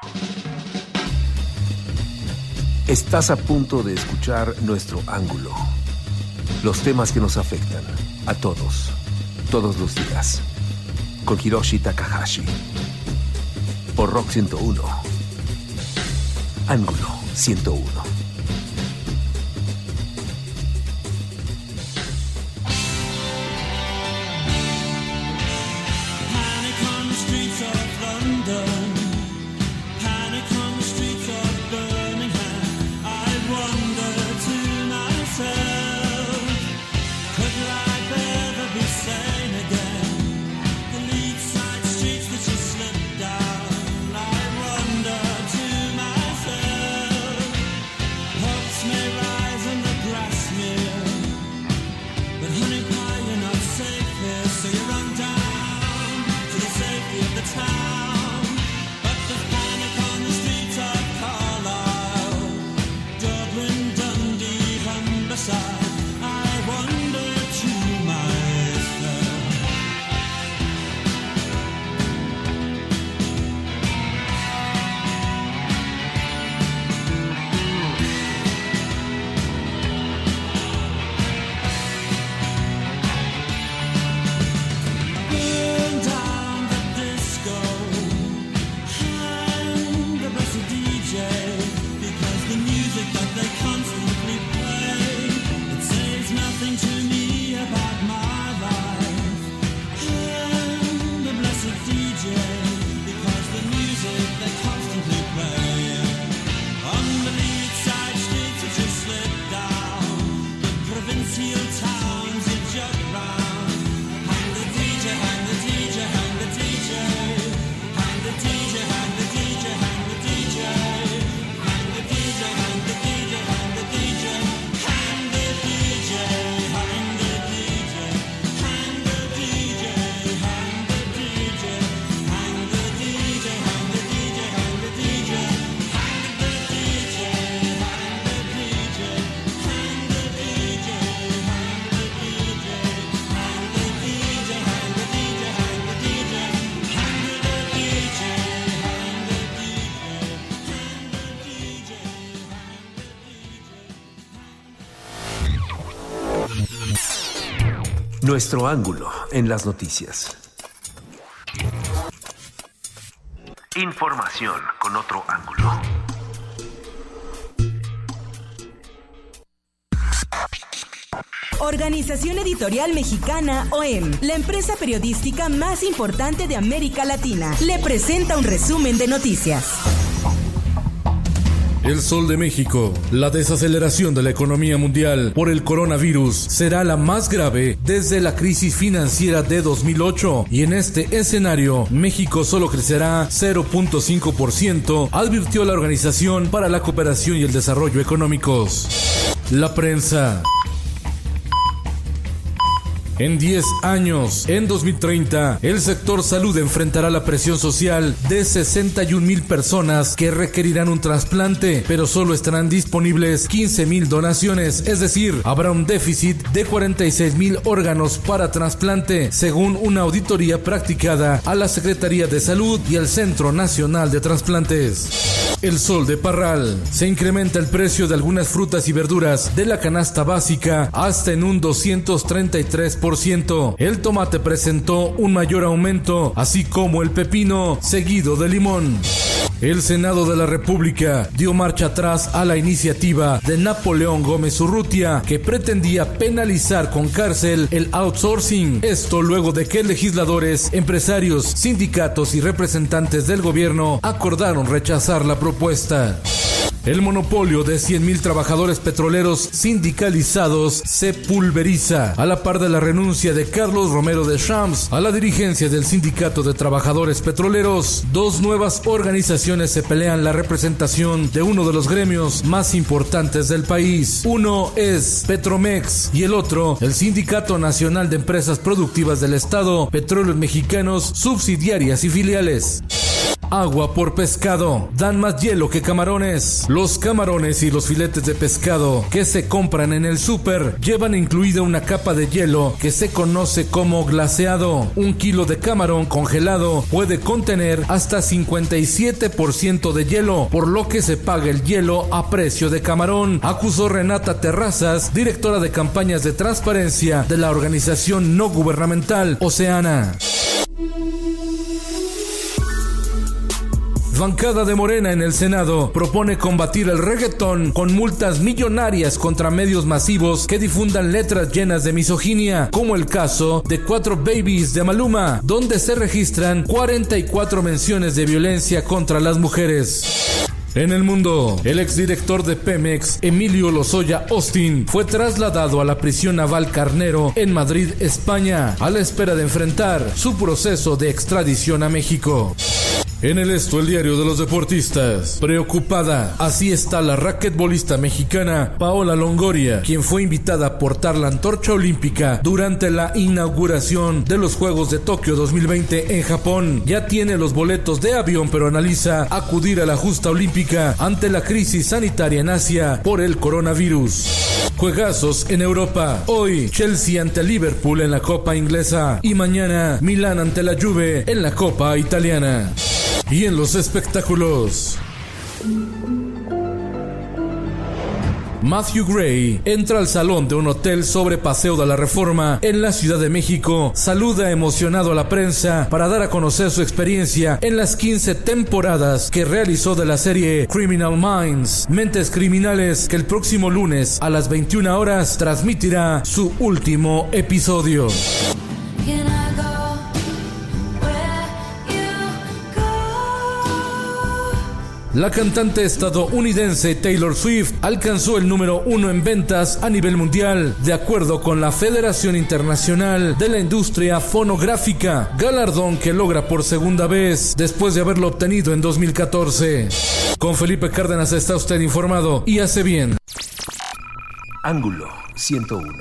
Estás a punto de escuchar Nuestro Ángulo. Los temas que nos afectan a todos, todos los días. Con Hiroshi Takahashi. Por Rock 101. Ángulo 101. Nuestro Ángulo en las noticias. Información con otro ángulo. Organización Editorial Mexicana, OEM, la empresa periodística más importante de América Latina, le presenta un resumen de noticias. El Sol de México. La desaceleración de la economía mundial por el coronavirus será la más grave desde la crisis financiera de 2008 y en este escenario México solo crecerá 0.5%, advirtió la Organización para la Cooperación y el Desarrollo Económicos. La prensa. En 10 años, en 2030, el sector salud enfrentará la presión social de 61,000 personas que requerirán un trasplante, pero solo estarán disponibles 15,000 donaciones, es decir, habrá un déficit de 46,000 órganos para trasplante, según una auditoría practicada a la Secretaría de Salud y al Centro Nacional de Trasplantes. El Sol de Parral. Se incrementa el precio de algunas frutas y verduras de la canasta básica hasta en un 233%. El tomate presentó un mayor aumento, así como el pepino, seguido de limón. El Senado de la República dio marcha atrás a la iniciativa de Napoleón Gómez Urrutia, que pretendía penalizar con cárcel el outsourcing. Esto luego de que legisladores, empresarios, sindicatos y representantes del gobierno acordaron rechazar la propuesta. El monopolio de 100,000 trabajadores petroleros sindicalizados se pulveriza a la par de la renuncia de Carlos Romero de Champs a la dirigencia del Sindicato de Trabajadores Petroleros. Dos nuevas organizaciones se pelean la representación de uno de los gremios más importantes del país. Uno es Petromex y el otro, el Sindicato Nacional de Empresas Productivas del Estado, Petróleos Mexicanos, Subsidiarias y Filiales. Agua por pescado. Dan más hielo que camarones. Los camarones y los filetes de pescado que se compran en el súper llevan incluida una capa de hielo que se conoce como glaseado. 1 kilo de camarón congelado puede contener hasta 57% de hielo, por lo que se paga el hielo a precio de camarón, acusó Renata Terrazas, directora de campañas de transparencia de la organización no gubernamental Oceana. Bancada de Morena en el Senado propone combatir el reggaetón con multas millonarias contra medios masivos que difundan letras llenas de misoginia, como el caso de 4 Babies de Maluma, donde se registran 44 menciones de violencia contra las mujeres. En el mundo, el exdirector de Pemex, Emilio Lozoya Austin, fue trasladado a la prisión naval Carnero en Madrid, España, a la espera de enfrentar su proceso de extradición a México. En el Esto, el diario de los deportistas. Preocupada, así está la raquetbolista mexicana Paola Longoria, quien fue invitada a portar la antorcha olímpica durante la inauguración de los Juegos de Tokio 2020 en Japón. Ya tiene los boletos de avión, pero analiza acudir a la justa olímpica ante la crisis sanitaria en Asia por el coronavirus. Juegazos en Europa. Hoy, Chelsea ante Liverpool en la Copa Inglesa y mañana Milán ante la Juve en la Copa Italiana. Y en los espectáculos, Matthew Gray entra al salón de un hotel sobre Paseo de la Reforma en la Ciudad de México, saluda emocionado a la prensa para dar a conocer su experiencia en las 15 temporadas que realizó de la serie Criminal Minds, Mentes Criminales, que el próximo lunes a las 21 horas transmitirá su último episodio. La cantante estadounidense Taylor Swift alcanzó el número 1 en ventas a nivel mundial, de acuerdo con la Federación Internacional de la Industria Fonográfica, galardón que logra por segunda vez después de haberlo obtenido en 2014. Con Felipe Cárdenas está usted informado y hace bien. Ángulo 101.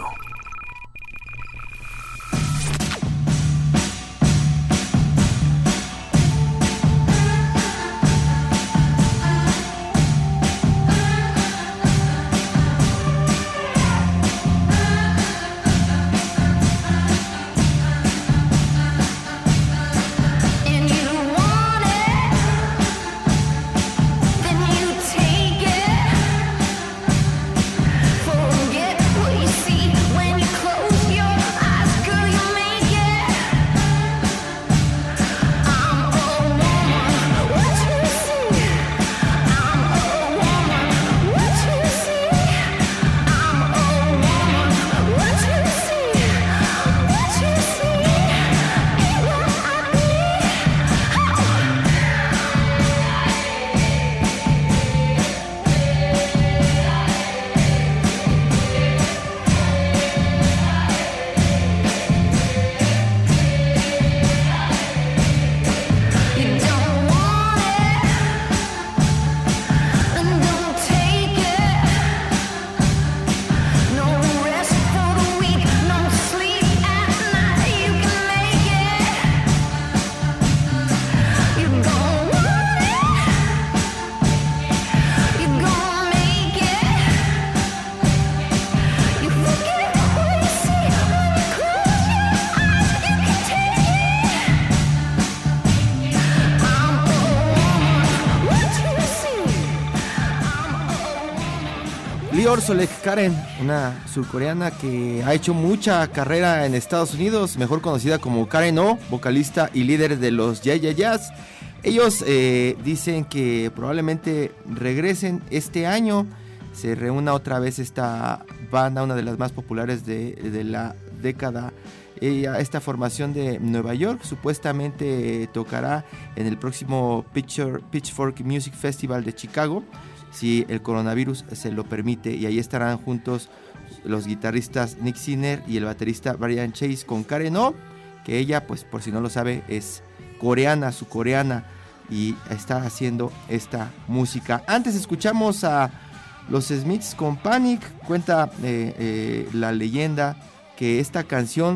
Lior Solek Karen, una surcoreana que ha hecho mucha carrera en Estados Unidos, mejor conocida como Karen O, vocalista y líder de los Yeah Yeah Yeahs. Ellos dicen que probablemente regresen este año, se reúna otra vez esta banda, una de las más populares de la década. Esta formación de Nueva York supuestamente tocará en el próximo Pitchfork Music Festival de Chicago, si el coronavirus se lo permite, y ahí estarán juntos los guitarristas Nick Sinner y el baterista Brian Chase con Karen O, que ella, pues por si no lo sabe, es coreana, surcoreana, y está haciendo esta música. Antes escuchamos a los Smiths con Panic. Cuenta la leyenda que esta canción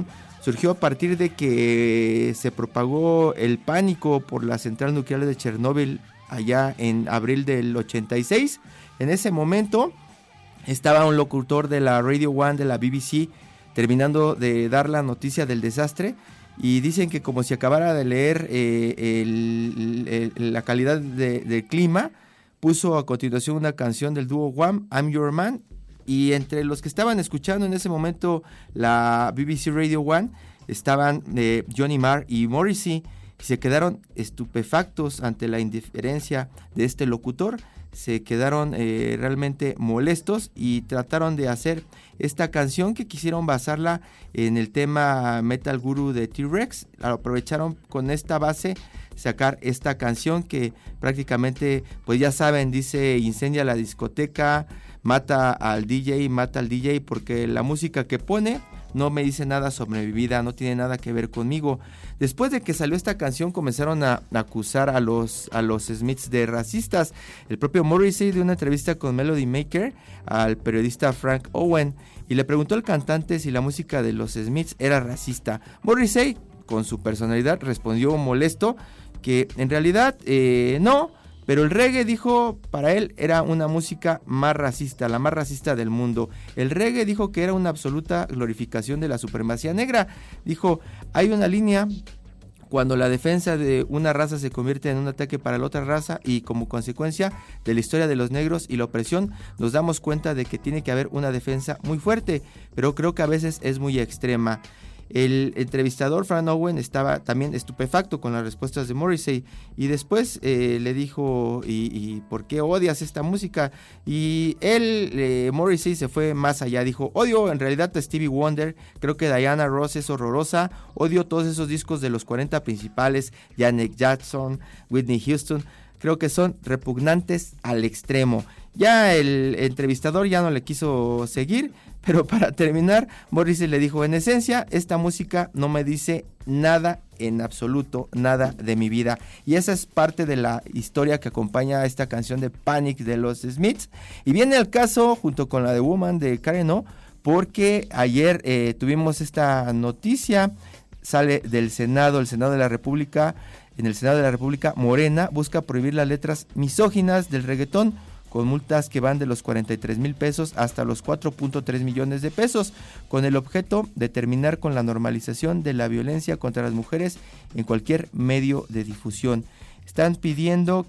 surgió a partir de que se propagó el pánico por la central nuclear de Chernóbil allá en abril del 86. En ese momento estaba un locutor de la Radio One de la BBC terminando de dar la noticia del desastre, y dicen que como si acabara de leer la calidad del clima, puso a continuación una canción del dúo Wham, I'm Your Man, y entre los que estaban escuchando en ese momento la BBC Radio One estaban Johnny Marr y Morrissey, y se quedaron estupefactos ante la indiferencia de este locutor. Se quedaron realmente molestos y trataron de hacer esta canción, que quisieron basarla en el tema Metal Guru de T-Rex. Aprovecharon con esta base sacar esta canción que prácticamente, pues ya saben, dice: incendia la discoteca, mata al DJ, porque la música que pone no me dice nada sobre mi vida, no tiene nada que ver conmigo. Después de que salió esta canción, comenzaron a acusar a los Smiths de racistas. El propio Morrissey dio una entrevista con Melody Maker al periodista Frank Owen y le preguntó al cantante si la música de los Smiths era racista. Morrissey, con su personalidad, respondió molesto que en realidad no, pero el reggae, dijo, para él era una música más racista, la más racista del mundo. El reggae, dijo, que era una absoluta glorificación de la supremacía negra. Dijo: hay una línea cuando la defensa de una raza se convierte en un ataque para la otra raza, y como consecuencia de la historia de los negros y la opresión, nos damos cuenta de que tiene que haber una defensa muy fuerte, pero creo que a veces es muy extrema. El entrevistador Frank Owen estaba también estupefacto con las respuestas de Morrissey, y después le dijo: ¿y por qué odias esta música? Y él, Morrissey, se fue más allá. Dijo: odio en realidad a Stevie Wonder, creo que Diana Ross es horrorosa, odio todos esos discos de los 40 principales, Janet Jackson, Whitney Houston, creo que son repugnantes al extremo. Ya el entrevistador ya no le quiso seguir, pero para terminar, Morrissey le dijo: en esencia, esta música no me dice nada en absoluto, nada de mi vida. Y esa es parte de la historia que acompaña a esta canción de Panic de los Smiths. Y viene el caso junto con la de Woman de Karen O, porque ayer tuvimos esta noticia, sale del Senado, el Senado de la República. En el Senado de la República, Morena busca prohibir las letras misóginas del reggaetón, con multas que van de los 43,000 pesos hasta los 4.3 millones de pesos, con el objeto de terminar con la normalización de la violencia contra las mujeres en cualquier medio de difusión. Están pidiendo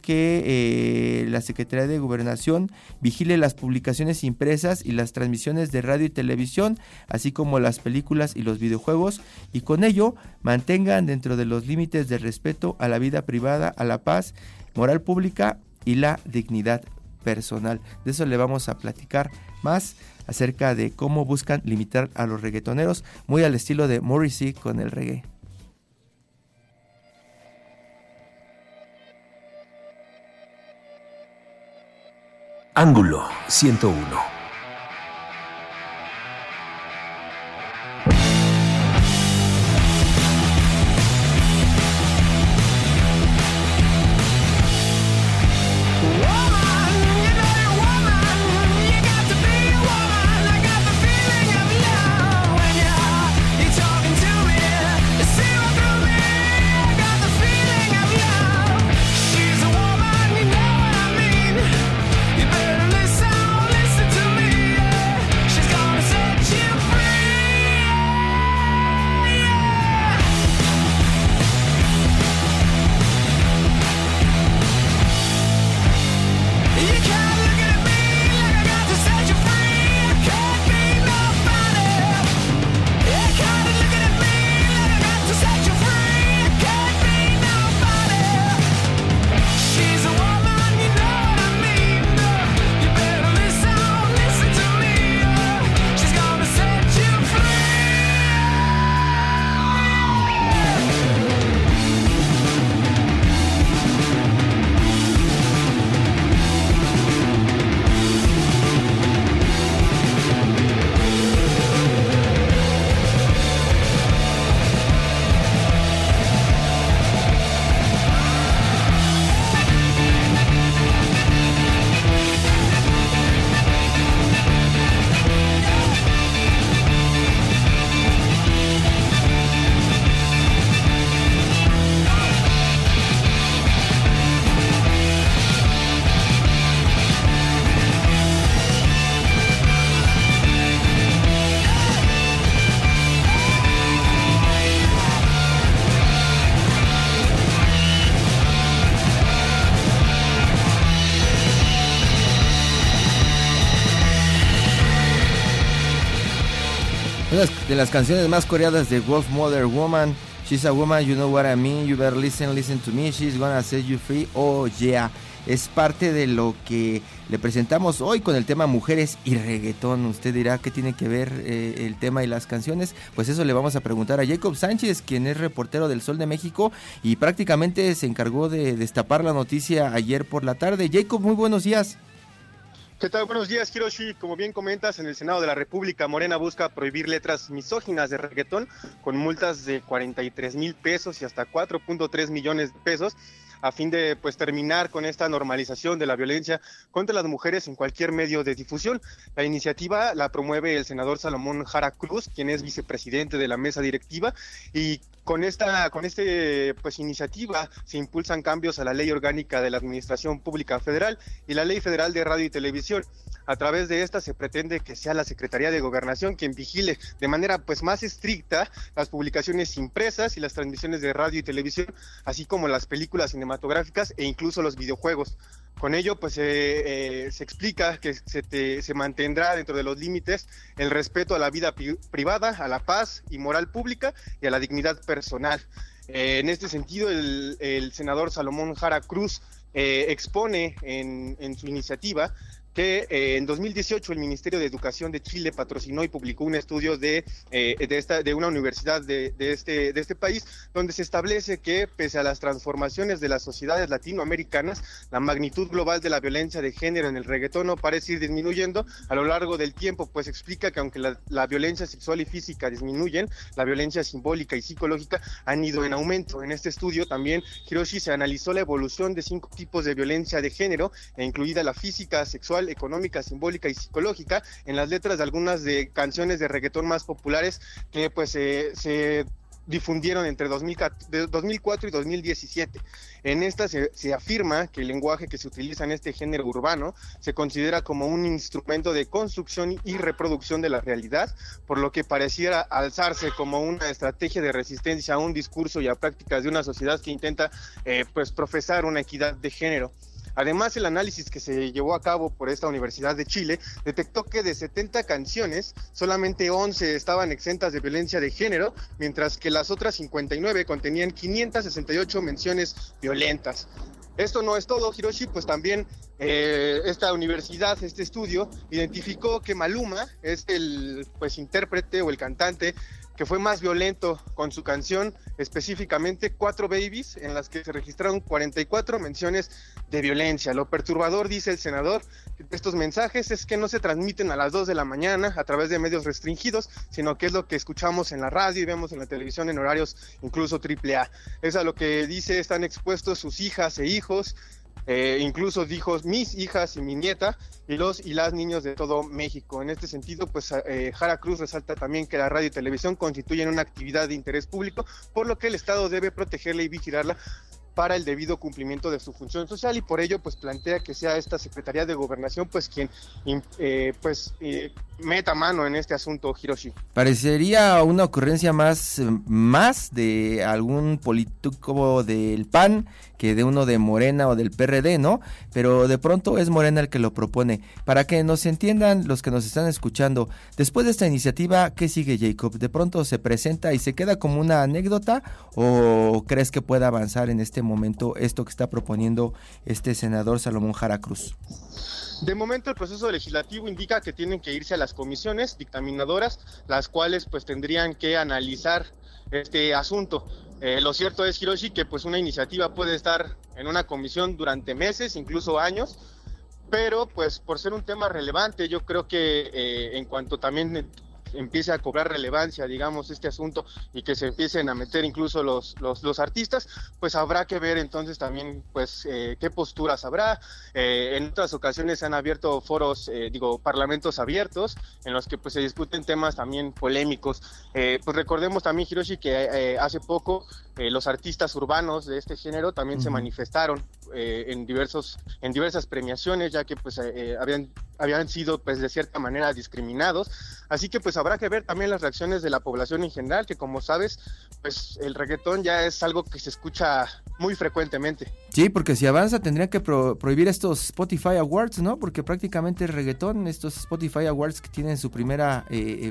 que la Secretaría de Gobernación vigile las publicaciones impresas y las transmisiones de radio y televisión, así como las películas y los videojuegos, y con ello mantengan dentro de los límites de respeto a la vida privada, a la paz, moral pública y la dignidad personal. De eso le vamos a platicar más, acerca de cómo buscan limitar a los reggaetoneros, muy al estilo de Morrissey con el reggae. Ángulo 101. Listen to Una de las canciones más coreadas de Wolf Mother Woman. She's a woman, you know what I mean, you better listen to me, she's gonna set you free, oh yeah. Es parte de lo que le presentamos hoy con el tema mujeres y reggaetón. Usted dirá qué tiene que ver el tema y las canciones. Pues eso le vamos a preguntar a Jacob Sánchez, quien es reportero del Sol de México y prácticamente se encargó de destapar la noticia ayer por la tarde. Jacob, muy buenos días. ¿Qué tal? Buenos días, Hiroshi. Como bien comentas, en el Senado de la República, Morena busca prohibir letras misóginas de reggaetón con multas de 43,000 pesos y hasta 4.3 millones de pesos, a fin de pues terminar con esta normalización de la violencia contra las mujeres en cualquier medio de difusión. La iniciativa la promueve el senador Salomón Jara Cruz, quien es vicepresidente de la mesa directiva, y con esta pues iniciativa se impulsan cambios a la Ley Orgánica de la Administración Pública Federal y la Ley Federal de Radio y Televisión. A través de esta se pretende que sea la Secretaría de Gobernación quien vigile de manera pues más estricta las publicaciones impresas y las transmisiones de radio y televisión, así como las películas cinematográficas e incluso los videojuegos. Con ello pues se explica que se mantendrá dentro de los límites el respeto a la vida privada, a la paz y moral pública y a la dignidad personal. En este sentido, el senador Salomón Jara Cruz expone en su iniciativa que en 2018 el Ministerio de Educación de Chile patrocinó y publicó un estudio de una universidad de este país, donde se establece que pese a las transformaciones de las sociedades latinoamericanas, la magnitud global de la violencia de género en el reggaetón no parece ir disminuyendo a lo largo del tiempo, pues explica que aunque la violencia sexual y física disminuyen, la violencia simbólica y psicológica han ido en aumento. En este estudio también, Hiroshi, se analizó la evolución de 5 tipos de violencia de género, incluida la física, sexual, económica, simbólica y psicológica, en las letras de algunas de canciones de reggaetón más populares que pues se difundieron entre 2004 y 2017. En esta se afirma que el lenguaje que se utiliza en este género urbano se considera como un instrumento de construcción y reproducción de la realidad, por lo que pareciera alzarse como una estrategia de resistencia a un discurso y a prácticas de una sociedad que intenta pues profesar una equidad de género. Además, el análisis que se llevó a cabo por esta Universidad de Chile detectó que de 70 canciones, solamente 11 estaban exentas de violencia de género, mientras que las otras 59 contenían 568 menciones violentas. Esto no es todo, Hiroshi, pues también esta universidad, este estudio, identificó que Maluma es el pues intérprete o el cantante que fue más violento con su canción, específicamente 4 Babies, en las que se registraron 44 menciones de violencia. Lo perturbador, dice el senador, de estos mensajes es que no se transmiten a las 2 de la mañana a través de medios restringidos, sino que es lo que escuchamos en la radio y vemos en la televisión en horarios incluso AAA. Es a lo que dice están expuestos sus hijas e hijos, incluso dijo mis hijas y mi nieta y los y las niños de todo México. En este sentido, pues Jara Cruz resalta también que la radio y televisión constituyen una actividad de interés público, por lo que el Estado debe protegerla y vigilarla para el debido cumplimiento de su función social, y por ello pues plantea que sea esta Secretaría de Gobernación pues quien meta mano en este asunto, Hiroshi. Parecería una ocurrencia más de algún político del PAN que de uno de Morena o del PRD, ¿no? Pero de pronto es Morena el que lo propone. Para que nos entiendan los que nos están escuchando, después de esta iniciativa, ¿qué sigue, Jacob? ¿De pronto se presenta y se queda como una anécdota o crees que pueda avanzar en este momento esto que está proponiendo este senador Salomón Jara Cruz? De momento el proceso legislativo indica que tienen que irse a las comisiones dictaminadoras, las cuales pues tendrían que analizar este asunto. Lo cierto es, Hiroshi, que pues una iniciativa puede estar en una comisión durante meses, incluso años, pero pues por ser un tema relevante, yo creo que en cuanto también empiece a cobrar relevancia, digamos, este asunto y que se empiecen a meter incluso los artistas, pues habrá que ver entonces también pues qué posturas habrá. En otras ocasiones se han abierto foros, parlamentos abiertos en los que pues se discuten temas también polémicos. Pues recordemos también, Hiroshi, que hace poco los artistas urbanos de este género también se manifestaron en diversas premiaciones, ya que pues habían sido pues de cierta manera discriminados, así que pues habrá que ver también las reacciones de la población en general, que como sabes, pues el reggaetón ya es algo que se escucha muy frecuentemente. Sí, porque si avanza tendrían que prohibir estos Spotify Awards, ¿no? Porque prácticamente el reggaetón, estos Spotify Awards que tienen su primera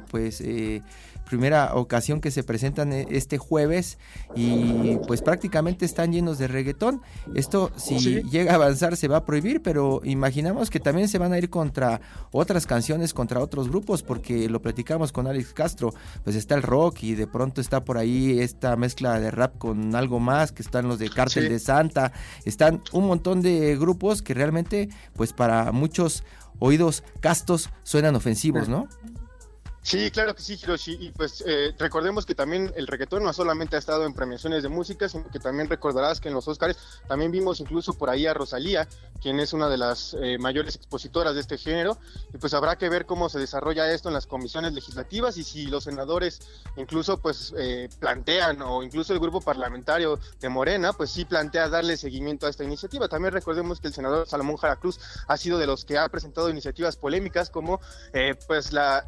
ocasión que se presentan este jueves y pues prácticamente están llenos de reggaetón. Esto si llega a avanzar se va a prohibir, pero imaginamos que también se van a ir contra otras canciones, contra otros grupos, porque lo platicamos con Alex Castro, pues está el rock y de pronto está por ahí esta mezcla de rap con algo más, que están los de Cártel de Santa, están un montón de grupos que realmente pues para muchos oídos castos suenan ofensivos, ¿no? Sí, claro que sí, Hiroshi, y pues recordemos que también el reggaetón no solamente ha estado en premiaciones de música, sino que también recordarás que en los Óscares también vimos incluso por ahí a Rosalía, quien es una de las mayores expositoras de este género, y pues habrá que ver cómo se desarrolla esto en las comisiones legislativas y si los senadores incluso pues plantean, o incluso el grupo parlamentario de Morena, pues sí plantea darle seguimiento a esta iniciativa. También recordemos que el senador Salomón Jara Cruz ha sido de los que ha presentado iniciativas polémicas como pues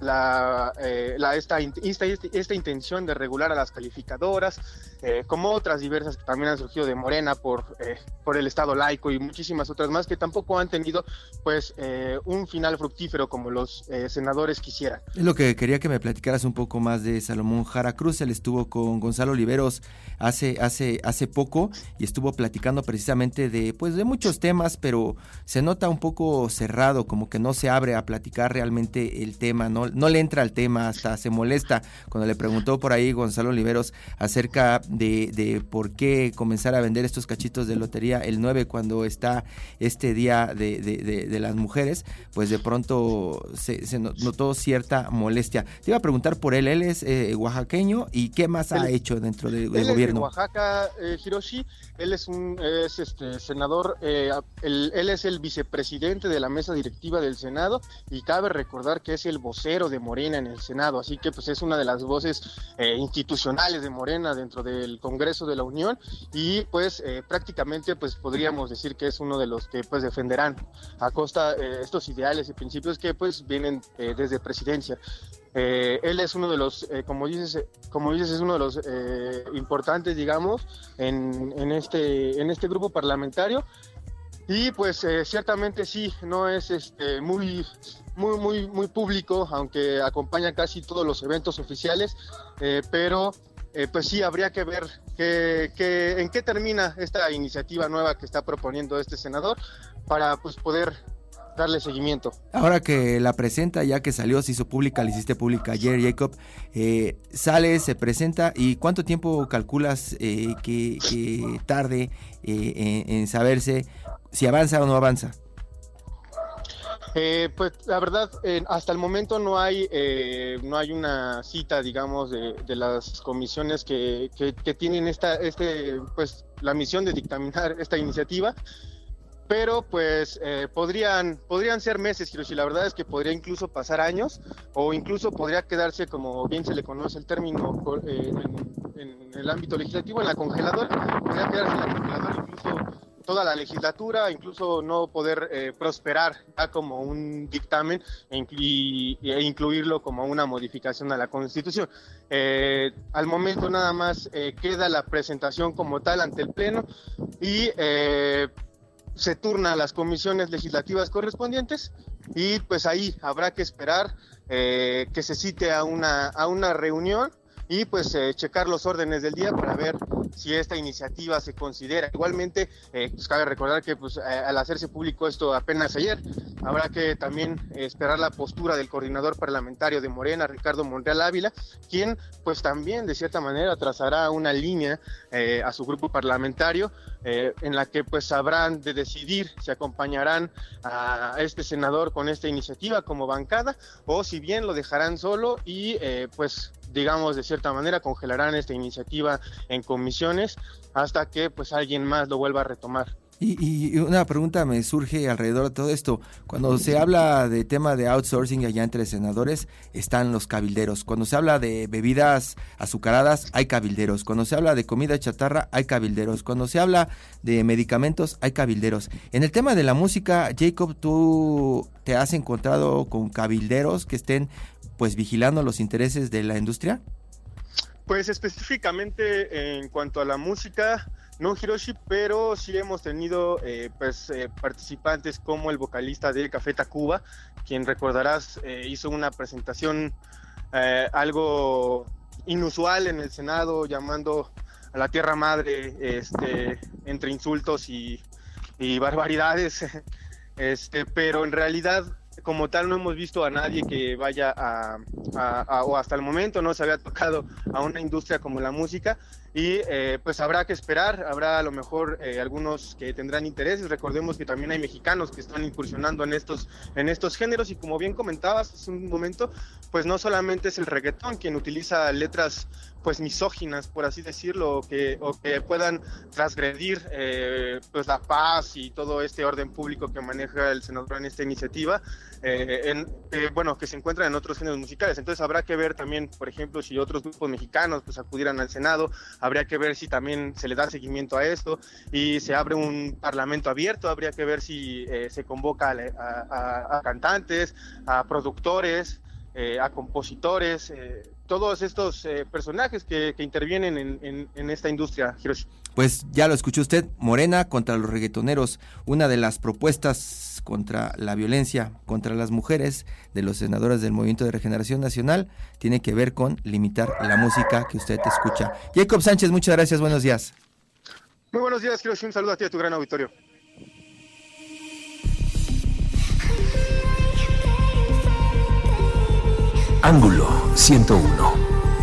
esta intención de regular a las calificadoras, como otras diversas que también han surgido de Morena por el Estado laico y muchísimas otras más que tampoco han tenido pues un final fructífero como los senadores quisieran. Es lo que quería que me platicaras un poco más de Salomón Jara Cruz. Él estuvo con Gonzalo Oliveros hace poco y estuvo platicando precisamente de muchos temas, pero se nota un poco cerrado, como que no se abre a platicar realmente el tema, no le entra al tema, hasta se molesta cuando le preguntó por ahí Gonzalo Oliveros acerca de por qué comenzar a vender estos cachitos de lotería el 9 cuando está este día de las mujeres, pues de pronto se notó cierta molestia. Te iba a preguntar por él es oaxaqueño, y qué más ha hecho dentro del gobierno. Es de Oaxaca, Hiroshi, él es senador, él es el vicepresidente de la mesa directiva del Senado, y cabe recordar que es el vocero de Morena en el Senado, así que pues es una de las voces institucionales de Morena dentro del Congreso de la Unión, y pues prácticamente pues podríamos decir que es uno de los que pues defenderán a costa estos ideales y principios que pues vienen desde presidencia. Él es uno de los, como dices, es uno de los importantes, digamos, en este grupo parlamentario. Y pues ciertamente sí, no es muy público, aunque acompaña casi todos los eventos oficiales, pero pues sí habría que ver en qué termina esta iniciativa nueva que está proponiendo este senador para pues poder darle seguimiento. Ahora que la presenta, ya que salió, se hizo pública, la hiciste pública ayer, Jacob, sale, se presenta, ¿y cuánto tiempo calculas que tarde en saberse si avanza o no avanza? Pues la verdad, hasta el momento no hay una cita, digamos, de las comisiones que tienen pues la misión de dictaminar esta iniciativa. Pero pues podrían ser meses, Hiroshi. La verdad es que podría incluso pasar años, o incluso podría quedarse, como bien se le conoce el término en el ámbito legislativo, en la congeladora. Podría quedarse en la congeladora incluso toda la legislatura, incluso no poder prosperar ya como un dictamen e incluirlo como una modificación a la Constitución. Al momento nada más queda la presentación como tal ante el Pleno, y se turna a las comisiones legislativas correspondientes, y pues ahí habrá que esperar que se cite a una reunión y pues checar los órdenes del día para ver si esta iniciativa se considera. Igualmente, pues cabe recordar que pues al hacerse público esto apenas ayer, habrá que también esperar la postura del coordinador parlamentario de Morena, Ricardo Monreal Ávila, quien pues también de cierta manera trazará una línea a su grupo parlamentario, en la que pues habrán de decidir si acompañarán a este senador con esta iniciativa como bancada, o si bien lo dejarán solo y pues digamos de cierta manera congelarán esta iniciativa en comisiones hasta que pues alguien más lo vuelva a retomar. Y una pregunta me surge alrededor de todo esto. Cuando se habla de tema de outsourcing allá entre senadores, están los cabilderos. Cuando se habla de bebidas azucaradas, hay cabilderos. Cuando se habla de comida chatarra, hay cabilderos. Cuando se habla de medicamentos, hay cabilderos. En el tema de la música, Jacob, ¿tú te has encontrado con cabilderos que estén pues vigilando los intereses de la industria? Pues específicamente en cuanto a la música, no Hiroshi, pero sí hemos tenido participantes como el vocalista de Café Tacuba, quien recordarás hizo una presentación algo inusual en el Senado, llamando a la Tierra Madre entre insultos y barbaridades, pero en realidad como tal no hemos visto a nadie que vaya o hasta el momento no se había tocado a una industria como la música, y pues habrá que esperar, habrá a lo mejor algunos que tendrán intereses. Recordemos que también hay mexicanos que están incursionando en estos géneros, y como bien comentabas hace un momento, pues no solamente es el reggaetón quien utiliza letras pues misóginas, por así decirlo, o que puedan transgredir pues la paz y todo este orden público que maneja el senador en esta iniciativa, que se encuentran en otros géneros musicales. Entonces habrá que ver también, por ejemplo, si otros grupos mexicanos pues acudieran al Senado, habría que ver si también se le da seguimiento a esto y se abre un parlamento abierto, habría que ver si se convoca a cantantes, a productores, a compositores, todos estos personajes que intervienen en esta industria, Hiroshi. Pues ya lo escuchó usted, Morena contra los reggaetoneros. Una de las propuestas contra la violencia contra las mujeres de los senadores del Movimiento de Regeneración Nacional tiene que ver con limitar la música que usted escucha. Jacob Sánchez, muchas gracias, buenos días. Muy buenos días, Hiroshi, un saludo a ti y a tu gran auditorio. Ángulo 101.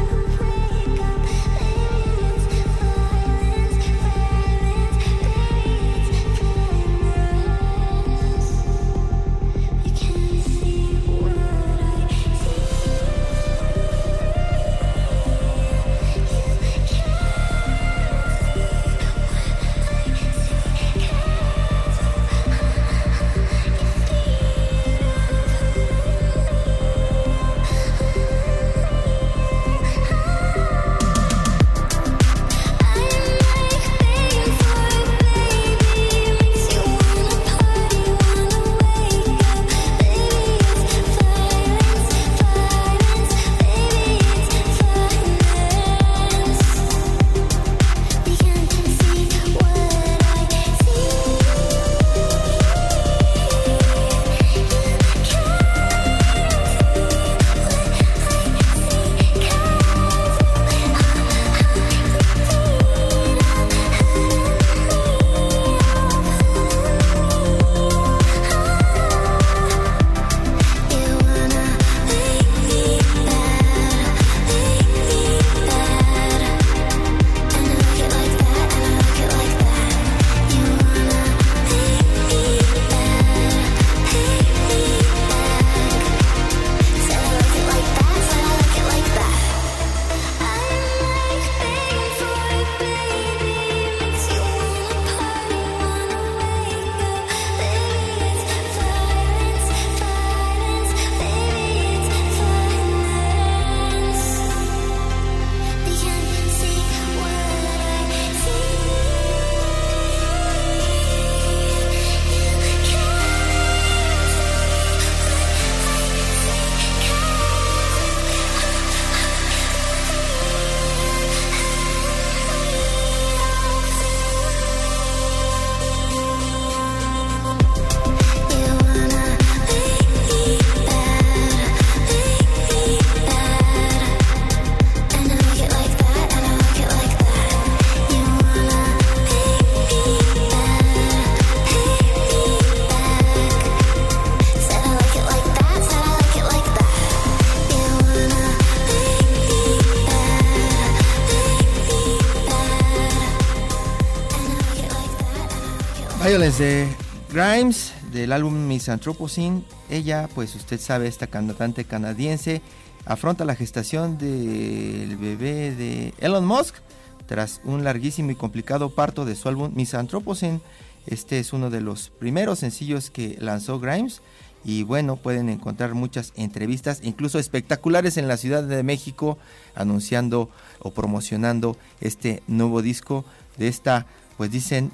Violence de Grimes, del álbum Miss Anthropocene. Ella, pues usted sabe, esta cantante canadiense afronta la gestación del bebé de Elon Musk tras un larguísimo y complicado parto de su álbum Miss Anthropocene. Este es uno de los primeros sencillos que lanzó Grimes. Y bueno, pueden encontrar muchas entrevistas, incluso espectaculares, en la Ciudad de México, anunciando o promocionando este nuevo disco de esta, pues dicen,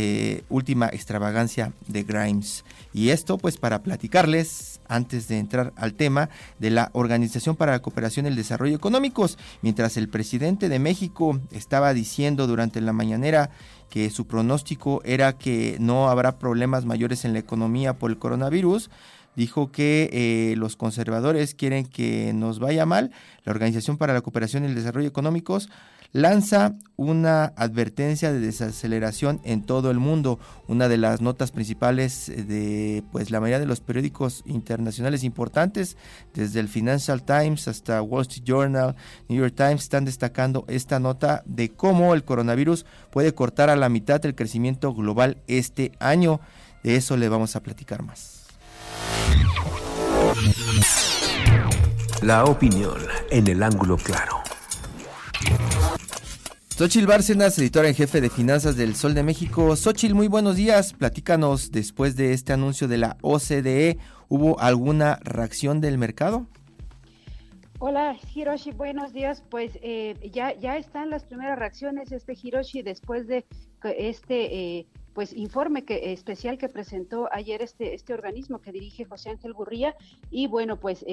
última extravagancia de Grimes. Y esto pues para platicarles, antes de entrar al tema, de la Organización para la Cooperación y el Desarrollo Económicos. Mientras el presidente de México estaba diciendo durante la mañanera que su pronóstico era que no habrá problemas mayores en la economía por el coronavirus. Dijo que los conservadores quieren que nos vaya mal. La Organización para la Cooperación y el Desarrollo Económicos lanza una advertencia de desaceleración en todo el mundo. Una de las notas principales de la mayoría de los periódicos internacionales importantes, desde el Financial Times hasta Wall Street Journal, New York Times, están destacando esta nota de cómo el coronavirus puede cortar a la mitad el crecimiento global este año. De eso le vamos a platicar más. La opinión en el ángulo claro. Xóchitl Bárcenas, editora en jefe de finanzas del Sol de México. Xóchitl, muy buenos días. Platícanos, después de este anuncio de la OCDE, ¿hubo alguna reacción del mercado? Hola, Hiroshi, buenos días. Pues ya están las primeras reacciones, Hiroshi, después de informe especial que presentó ayer este organismo que dirige José Ángel Gurría, y bueno, pues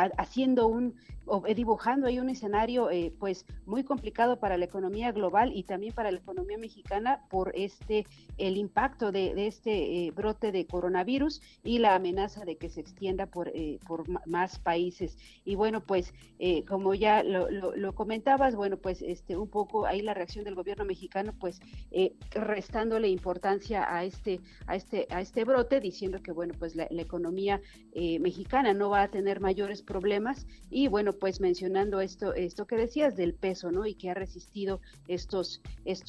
dibujando ahí un escenario muy complicado para la economía global y también para la economía mexicana por el impacto de este brote de coronavirus y la amenaza de que se extienda por más países. Y bueno, pues como ya lo comentabas, bueno, pues un poco ahí la reacción del gobierno mexicano, pues restándole importancia a este brote, diciendo que bueno, pues la economía mexicana no va a tener mayores problemas, y bueno, pues mencionando esto que decías del peso, ¿no? Y que ha resistido estas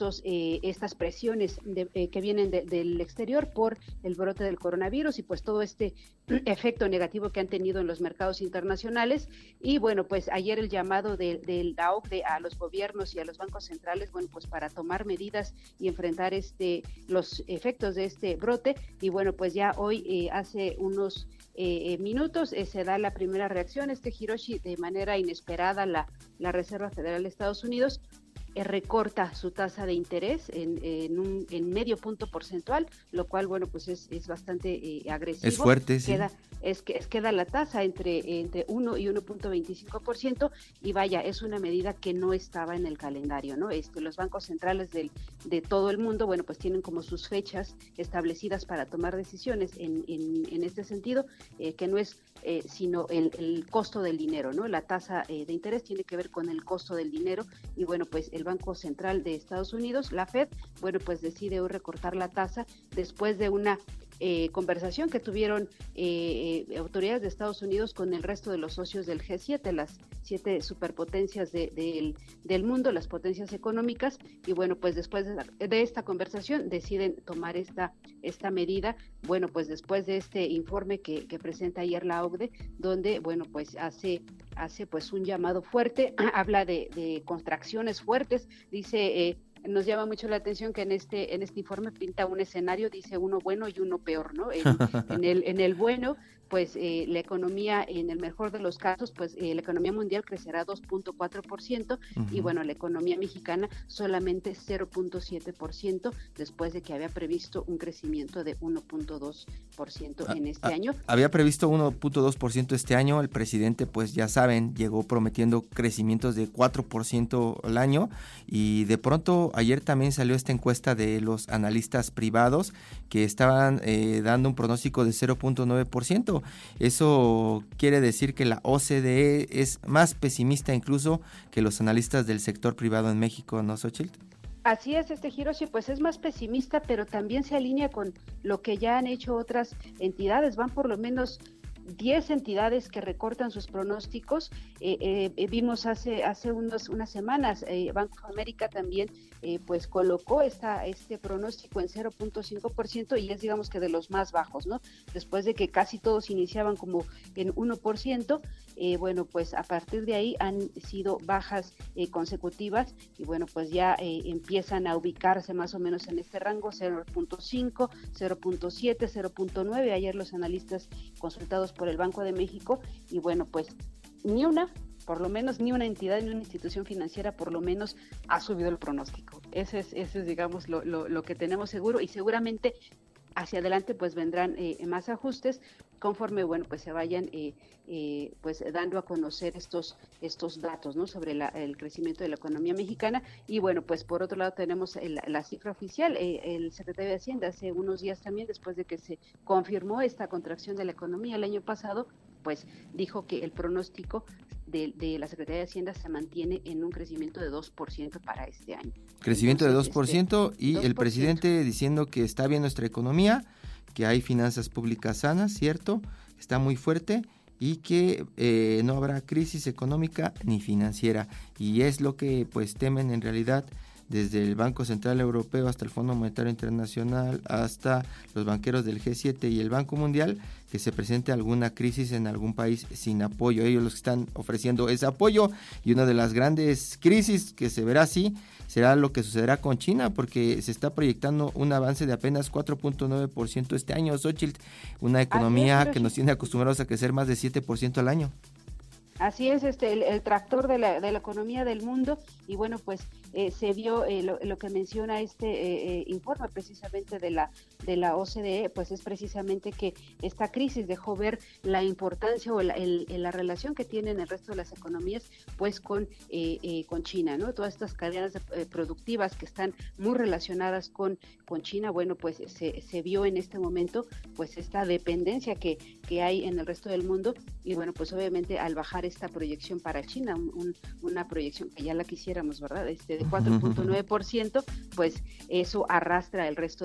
presiones que vienen del exterior por el brote del coronavirus, y pues todo este efecto negativo que han tenido en los mercados internacionales. Y bueno, pues ayer el llamado de la OCDE a los gobiernos y a los bancos centrales, bueno, pues para tomar medidas y enfrentar los efectos de este brote. Y bueno, pues ya hoy hace unos minutos se da la primera reacción, Hiroshi, de manera inesperada la Reserva Federal de Estados Unidos recorta su tasa de interés en medio punto porcentual, lo cual, bueno, pues es bastante agresivo. Es fuerte, sí. Queda la tasa entre 1 y 1.25%, y vaya, es una medida que no estaba en el calendario, ¿no? Los bancos centrales de todo el mundo, bueno, pues tienen como sus fechas establecidas para tomar decisiones en este sentido, que no es sino el costo del dinero, ¿no? La tasa de interés tiene que ver con el costo del dinero, y bueno, pues el Banco Central de Estados Unidos, la Fed, bueno, pues decide hoy recortar la tasa después de una conversación que tuvieron autoridades de Estados Unidos con el resto de los socios del G7, las 7 superpotencias del mundo, las potencias económicas. Y bueno, pues después de esta conversación deciden tomar esta medida, bueno, pues después de este informe que presenta ayer la OCDE, donde, bueno, pues hace pues un llamado fuerte, habla de contracciones fuertes, dice nos llama mucho la atención que en este informe pinta un escenario, dice uno bueno y uno peor, ¿no? En el bueno, pues la economía, en el mejor de los casos, pues la economía mundial crecerá 2.4%, y bueno, la economía mexicana solamente 0.7%, después de que había previsto un crecimiento de 1.2% en este año. Había previsto 1.2% este año. El presidente, pues ya saben, llegó prometiendo crecimientos de 4% al año, y de pronto ayer también salió esta encuesta de los analistas privados que estaban dando un pronóstico de 0.9%. Eso quiere decir que la OCDE es más pesimista incluso que los analistas del sector privado en México, ¿no, Xóchitl? Así es, Hiroshi, pues es más pesimista, pero también se alinea con lo que ya han hecho otras entidades. Van por lo menos 10 entidades que recortan sus pronósticos. Vimos hace unas semanas, Banco de América también pues colocó este pronóstico en 0.5%, y es, digamos, que de los más bajos, ¿no? Después de que casi todos iniciaban como en 1%, bueno, pues a partir de ahí han sido bajas consecutivas, y bueno, pues ya empiezan a ubicarse más o menos en este rango, 0.5, 0.7, 0.9. Ayer los analistas consultados por el Banco de México, y bueno, pues por lo menos ni una entidad ni una institución financiera por lo menos ha subido el pronóstico. Ese es digamos, lo que tenemos seguro, y seguramente hacia adelante pues vendrán más ajustes conforme, bueno, pues se vayan pues dando a conocer estos datos, ¿no? Sobre el crecimiento de la economía mexicana. Y bueno, pues por otro lado tenemos la cifra oficial. El secretario de Hacienda hace unos días también, después de que se confirmó esta contracción de la economía el año pasado, pues dijo que el pronóstico de la Secretaría de Hacienda se mantiene en un crecimiento de 2% para este año. Crecimiento de 2% y 2%. El presidente diciendo que está bien nuestra economía, que hay finanzas públicas sanas, ¿cierto? Está muy fuerte y que no habrá crisis económica ni financiera. Y es lo que pues temen en realidad desde el Banco Central Europeo hasta el Fondo Monetario Internacional, hasta los banqueros del G7 y el Banco Mundial, que se presente alguna crisis en algún país sin apoyo. Ellos los que están ofreciendo ese apoyo, y una de las grandes crisis que se verá así será lo que sucederá con China, porque se está proyectando un avance de apenas 4.9% este año, Xóchitl, una economía que nos tiene acostumbrados a crecer más de 7% al año. Así es, el tractor de la economía del mundo. Y bueno, pues se vio lo que menciona informe precisamente de la OCDE, pues es precisamente que esta crisis dejó ver la importancia o la relación que tienen el resto de las economías pues con China, ¿no? Todas estas cadenas productivas que están muy relacionadas con China, bueno, pues se vio en este momento pues esta dependencia que hay en el resto del mundo. Y bueno, pues obviamente al bajar esta proyección para China, una proyección que ya la quisiéramos, ¿verdad? De 4.9%, pues eso arrastra el resto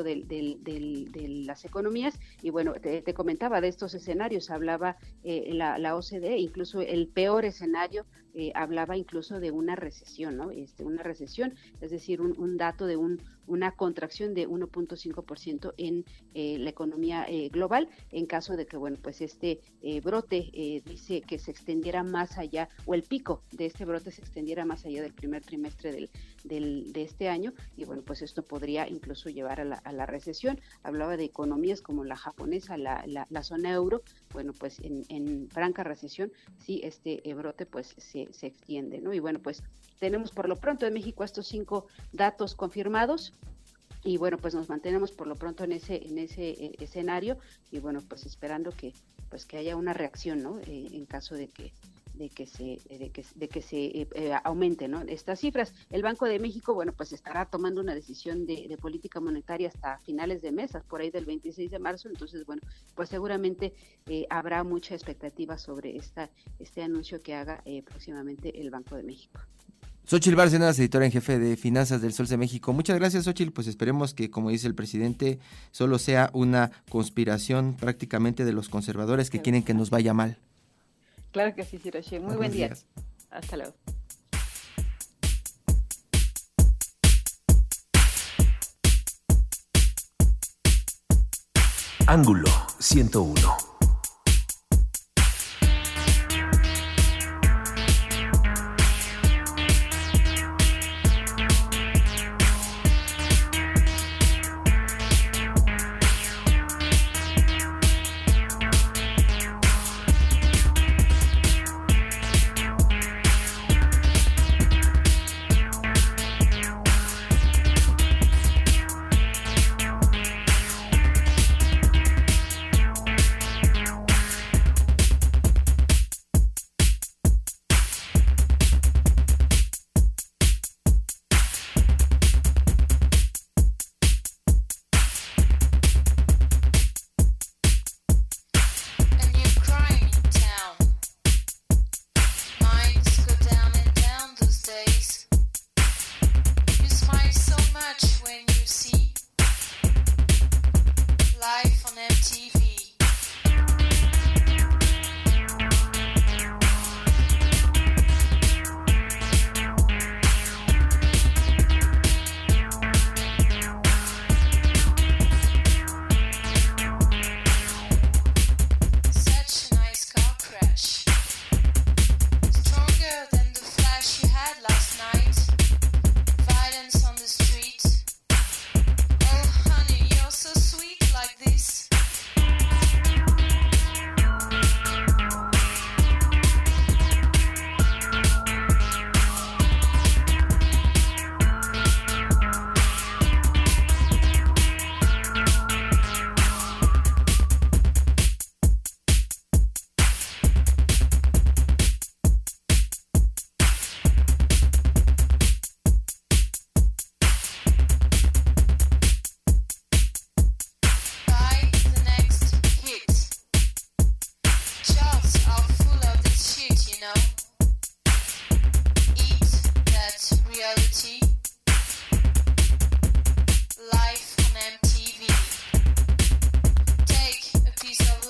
de las economías. Y bueno, te comentaba de estos escenarios, hablaba la OCDE, incluso el peor escenario, hablaba incluso de una recesión, ¿no? Una recesión, es decir, un dato de una contracción de 1.5% en la economía global, en caso de que, bueno, pues brote dice que se extendiera más allá, o el pico de este brote se extendiera más allá del primer trimestre de este año. Y bueno, pues esto podría incluso llevar a la recesión. Hablaba de economías como la japonesa, la zona euro, bueno, pues en franca recesión si este brote pues se extiende, ¿no? Y bueno, pues tenemos por lo pronto en México estos 5 datos confirmados. Y bueno, pues nos mantenemos por lo pronto en ese escenario, y bueno, pues esperando que haya una reacción, ¿no? En caso de que se aumenten, ¿no? Estas cifras. El Banco de México, bueno, pues estará tomando una decisión de política monetaria hasta finales de mes, por ahí del 26 de marzo. Entonces, bueno, pues seguramente habrá mucha expectativa sobre este anuncio que haga próximamente el Banco de México. Xóchitl Bárcenas, editora en jefe de Finanzas del Sol de México. Muchas gracias, Xóchitl. Pues esperemos que, como dice el presidente, solo sea una conspiración prácticamente de los conservadores que quieren que nos vaya mal. Claro que sí, Hiroshi. Muy buen día. Hasta luego. Ángulo 101.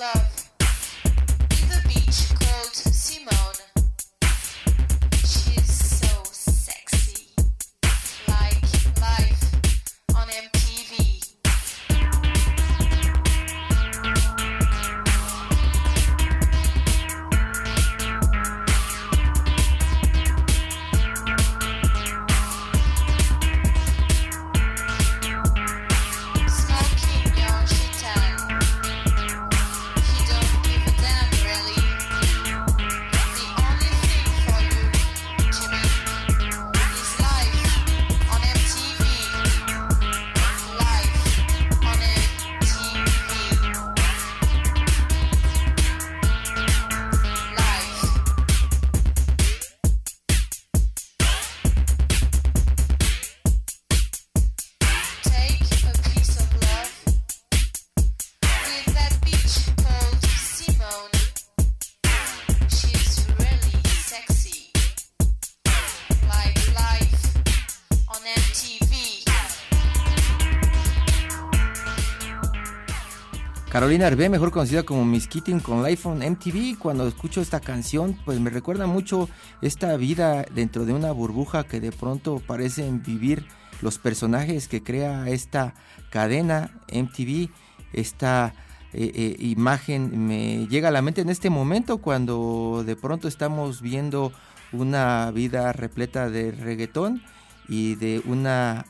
Carolina Hervé, mejor conocida como Miss Keating con Life on MTV. Cuando escucho esta canción, pues me recuerda mucho esta vida dentro de una burbuja que de pronto parecen vivir los personajes que crea esta cadena MTV. Esta imagen me llega a la mente en este momento cuando de pronto estamos viendo una vida repleta de reggaetón y de una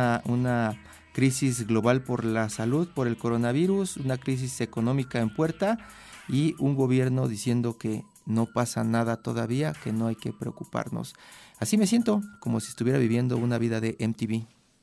crisis global por la salud, por el coronavirus, una crisis económica en puerta y un gobierno diciendo que no pasa nada todavía, que no hay que preocuparnos. Así me siento, como si estuviera viviendo una vida de MTV.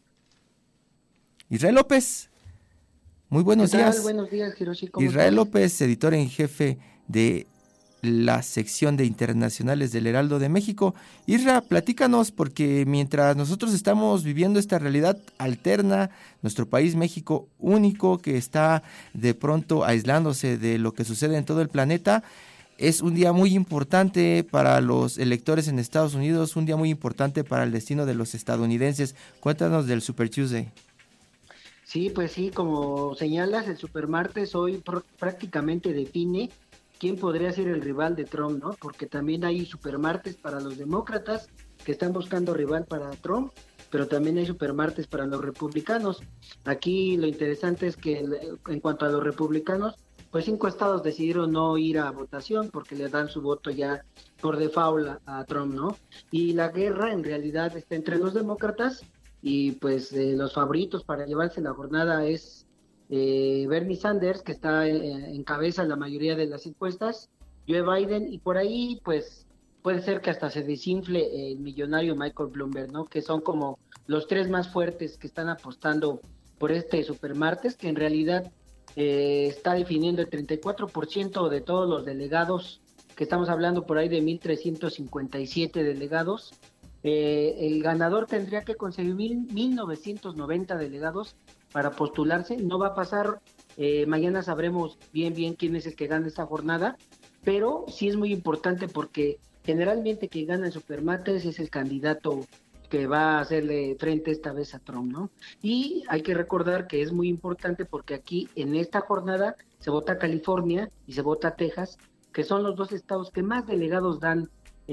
Israel López, muy buenos días. Buenos días, Hiroshi. ¿Cómo Israel estás? López, editor en jefe de la sección de internacionales del Heraldo de México. Isra, platícanos, porque mientras nosotros estamos viviendo esta realidad alterna, nuestro país México único que está de pronto aislándose de lo que sucede en todo el planeta, es un día muy importante para los electores en Estados Unidos, un día muy importante para el destino de los estadounidenses. Cuéntanos del Super Tuesday. Sí, pues sí, como señalas, el Supermartes hoy prácticamente define quién podría ser el rival de Trump, ¿no? Porque también hay supermartes para los demócratas que están buscando rival para Trump, pero también hay supermartes para los republicanos. Aquí lo interesante es que en cuanto a los republicanos, pues 5 estados decidieron no ir a votación porque le dan su voto ya por default a Trump, ¿no? Y la guerra en realidad está entre los demócratas y pues los favoritos para llevarse la jornada es Bernie Sanders, que está en cabeza en la mayoría de las encuestas, Joe Biden, y por ahí pues puede ser que hasta se desinfle el millonario Michael Bloomberg, ¿no? Que son como los 3 más fuertes que están apostando por este supermartes, que en realidad está definiendo el 34% de todos los delegados, que estamos hablando por ahí de 1,357 delegados. El ganador tendría que conseguir 1,990 delegados para postularse. No va a pasar, mañana sabremos bien quién es el que gana esta jornada, pero sí es muy importante porque generalmente quien gana en Supermartes es el candidato que va a hacerle frente esta vez a Trump, ¿no? Y hay que recordar que es muy importante porque aquí en esta jornada se vota California y se vota Texas, que son los 2 estados que más delegados dan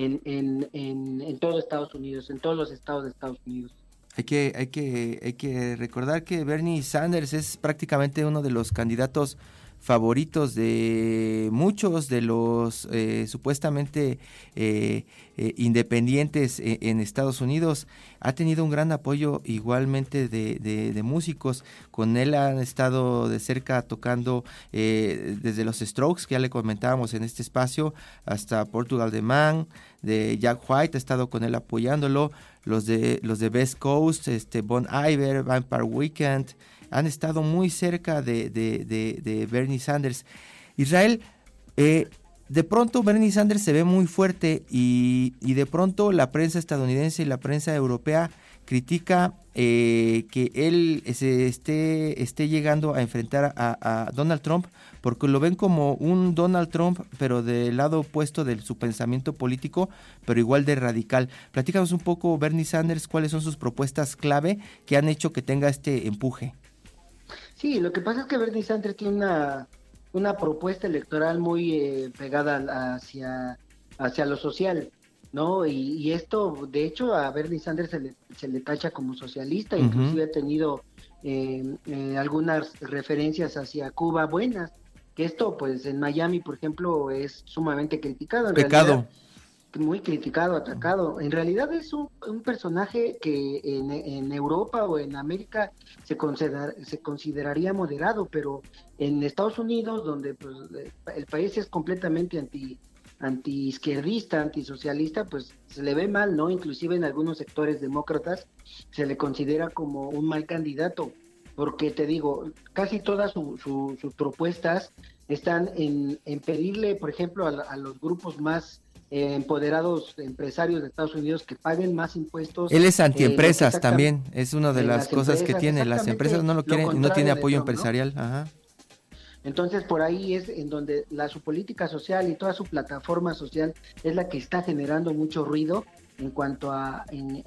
en todo Estados Unidos, en todos los estados de Estados Unidos. Hay que recordar que Bernie Sanders es prácticamente uno de los candidatos favoritos de muchos de los supuestamente independientes en Estados Unidos. Ha tenido un gran apoyo igualmente de músicos. Con él han estado de cerca tocando desde los Strokes, que ya le comentábamos en este espacio, hasta Portugal The Man, de Jack White, ha estado con él apoyándolo. Los de Best Coast, Bon Iver, Vampire Weekend, han estado muy cerca de Bernie Sanders. Israel, de pronto Bernie Sanders se ve muy fuerte y de pronto la prensa estadounidense y la prensa europea critica que él se esté llegando a enfrentar a Donald Trump, porque lo ven como un Donald Trump, pero del lado opuesto de su pensamiento político, pero igual de radical. Platícanos un poco, Bernie Sanders, cuáles son sus propuestas clave que han hecho que tenga este empuje. Sí, lo que pasa es que Bernie Sanders tiene una propuesta electoral muy pegada hacia lo social, ¿no? Y esto, de hecho, a Bernie Sanders se le tacha como socialista, inclusive ha tenido algunas referencias hacia Cuba buenas, que esto, pues, en Miami, por ejemplo, es sumamente criticado. En Pecado. Muy criticado, atacado. En realidad es un personaje que en Europa o en América se consideraría moderado, pero en Estados Unidos, donde pues el país es completamente anti-izquierdista, antisocialista, pues se le ve mal, ¿no? Inclusive en algunos sectores demócratas se le considera como un mal candidato, porque te digo, casi todas sus propuestas están en pedirle, por ejemplo, a los grupos más empoderados empresarios de Estados Unidos que paguen más impuestos. Él es antiempresas también, es una de las cosas que tiene. Las empresas no lo quieren, no tiene apoyo empresarial. ¿No? Ajá. Entonces por ahí es en donde su política social y toda su plataforma social es la que está generando mucho ruido en cuanto a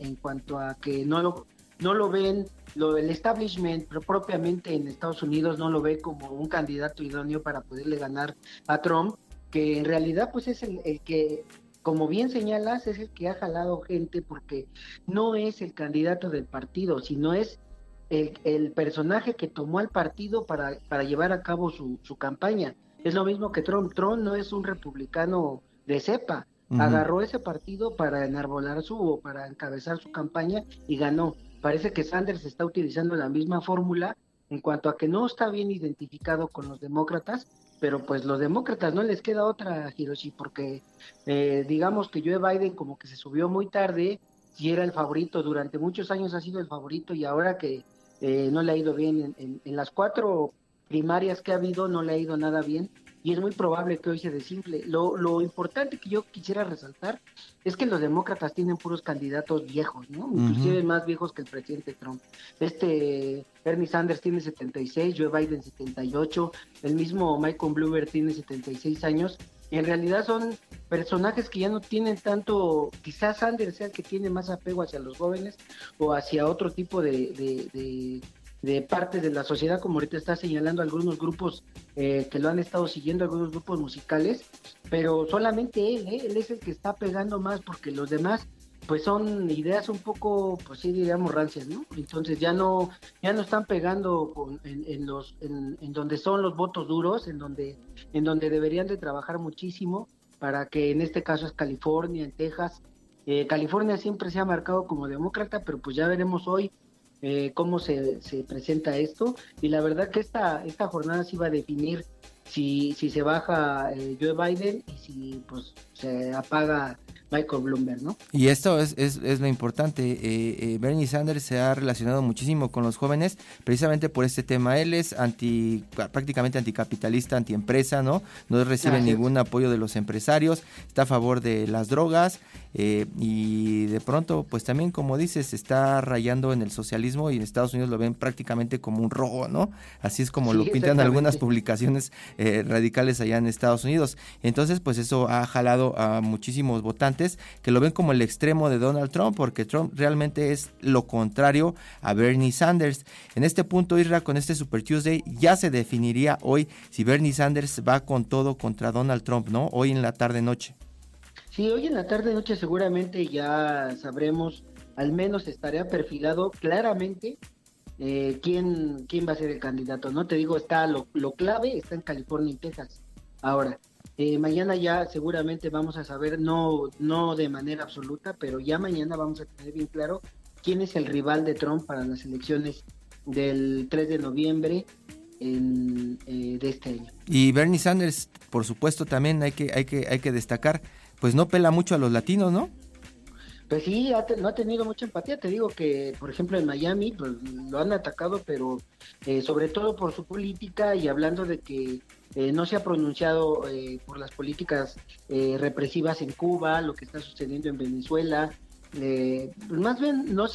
que no lo ven, el establishment propiamente en Estados Unidos no lo ve como un candidato idóneo para poderle ganar a Trump, que en realidad pues es el que, como bien señalas, es el que ha jalado gente, porque no es el candidato del partido, sino es el personaje que tomó al partido para llevar a cabo su campaña. Es lo mismo que Trump. Trump no es un republicano de cepa, agarró ese partido para enarbolar para encabezar su campaña y ganó. Parece que Sanders está utilizando la misma fórmula en cuanto a que no está bien identificado con los demócratas, pero pues los demócratas no les queda otra, Hiroshi, porque digamos que Joe Biden como que se subió muy tarde, si era el favorito, durante muchos años ha sido el favorito, y ahora que no le ha ido bien en las 4 primarias que ha habido, no le ha ido nada bien, y es muy probable que hoy se desinfle. Lo importante que yo quisiera resaltar es que los demócratas tienen puros candidatos viejos, ¿no? Inclusive más viejos que el presidente Trump. Bernie Sanders tiene 76, Joe Biden 78, el mismo Michael Bloomberg tiene 76 años, y en realidad son personajes que ya no tienen tanto, quizás Sanders sea el que tiene más apego hacia los jóvenes o hacia otro tipo de partes de la sociedad, como ahorita está señalando algunos grupos que lo han estado siguiendo, algunos grupos musicales, pero solamente él es el que está pegando más, porque los demás pues son ideas un poco, pues sí diríamos rancias, ¿no? Entonces ya no están pegando en donde son los votos duros, en donde deberían de trabajar muchísimo, para que en este caso es California, en Texas. California siempre se ha marcado como demócrata, pero pues ya veremos hoy cómo se presenta esto, y la verdad que esta jornada sí va a definir si se baja Joe Biden y si pues se apaga Michael Bloomberg, ¿no? Y esto es lo importante. Bernie Sanders se ha relacionado muchísimo con los jóvenes precisamente por este tema. Él es prácticamente anticapitalista, antiempresa, ¿no? No recibe ningún apoyo de los empresarios, está a favor de las drogas, y de pronto, pues también, como dices, está rayando en el socialismo, y en Estados Unidos lo ven prácticamente como un rojo, ¿no? Así es como lo pintan algunas publicaciones radicales allá en Estados Unidos. Entonces, pues eso ha jalado a muchísimos votantes que lo ven como el extremo de Donald Trump, porque Trump realmente es lo contrario a Bernie Sanders. En este punto, Isra, con este Super Tuesday ya se definiría hoy si Bernie Sanders va con todo contra Donald Trump, ¿no? Hoy en la tarde-noche. Sí, hoy en la tarde-noche seguramente ya sabremos, al menos estaría perfilado claramente quién va a ser el candidato, ¿no? Te digo, está lo clave está en California y Texas. Ahora, mañana ya seguramente vamos a saber, no de manera absoluta, pero ya mañana vamos a tener bien claro quién es el rival de Trump para las elecciones del 3 de noviembre de este año. Y Bernie Sanders, por supuesto, también hay que destacar, pues no pela mucho a los latinos, ¿no? Pues sí, no ha tenido mucha empatía. Te digo que, por ejemplo, en Miami pues lo han atacado, pero sobre todo por su política, y hablando de que no se ha pronunciado por las políticas represivas en Cuba, lo que está sucediendo en Venezuela. Pues más bien no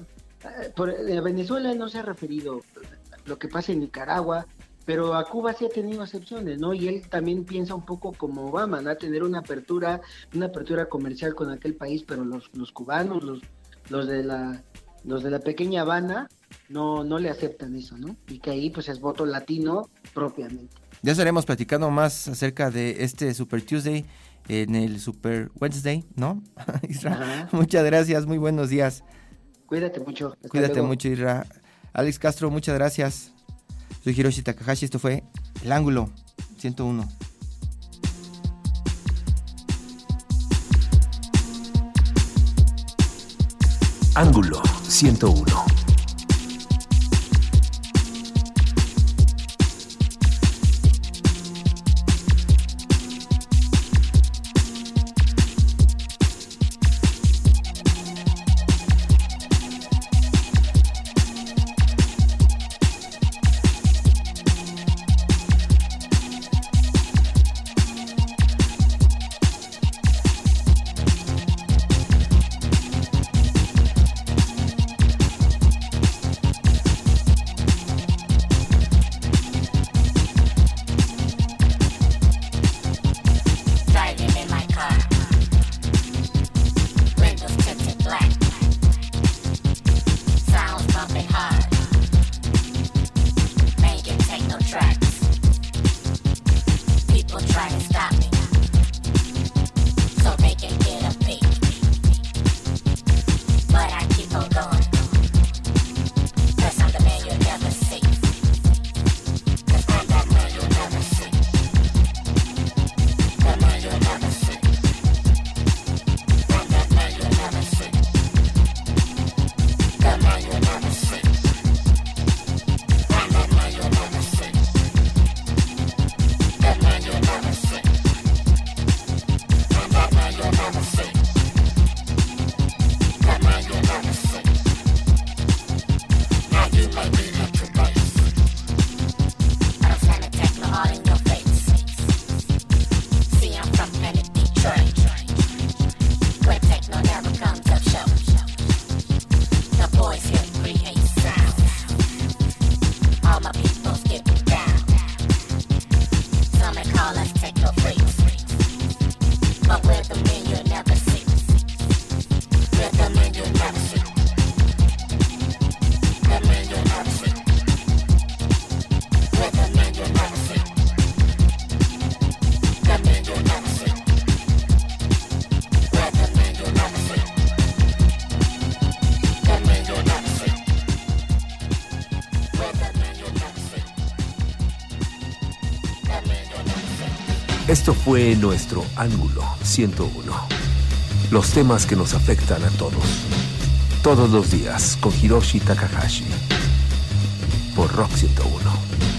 Venezuela no se ha referido a lo que pasa en Nicaragua, pero a Cuba sí ha tenido excepciones, ¿no? Y él también piensa un poco como Obama, ¿no? A tener una apertura comercial con aquel país, pero los cubanos, los de la pequeña Habana no le aceptan eso, ¿no? Y que ahí pues es voto latino propiamente. Ya estaremos platicando más acerca de este Super Tuesday en el Super Wednesday, ¿no? Isra, muchas gracias, muy buenos días. Cuídate mucho. Cuídate mucho, Isra. Alex Castro, muchas gracias. Soy Hiroshi Takahashi, esto fue El Ángulo 101. Ángulo 101. Esto fue nuestro Ángulo 101. Los temas que nos afectan a todos. Todos los días con Hiroshi Takahashi. Por Rock 101.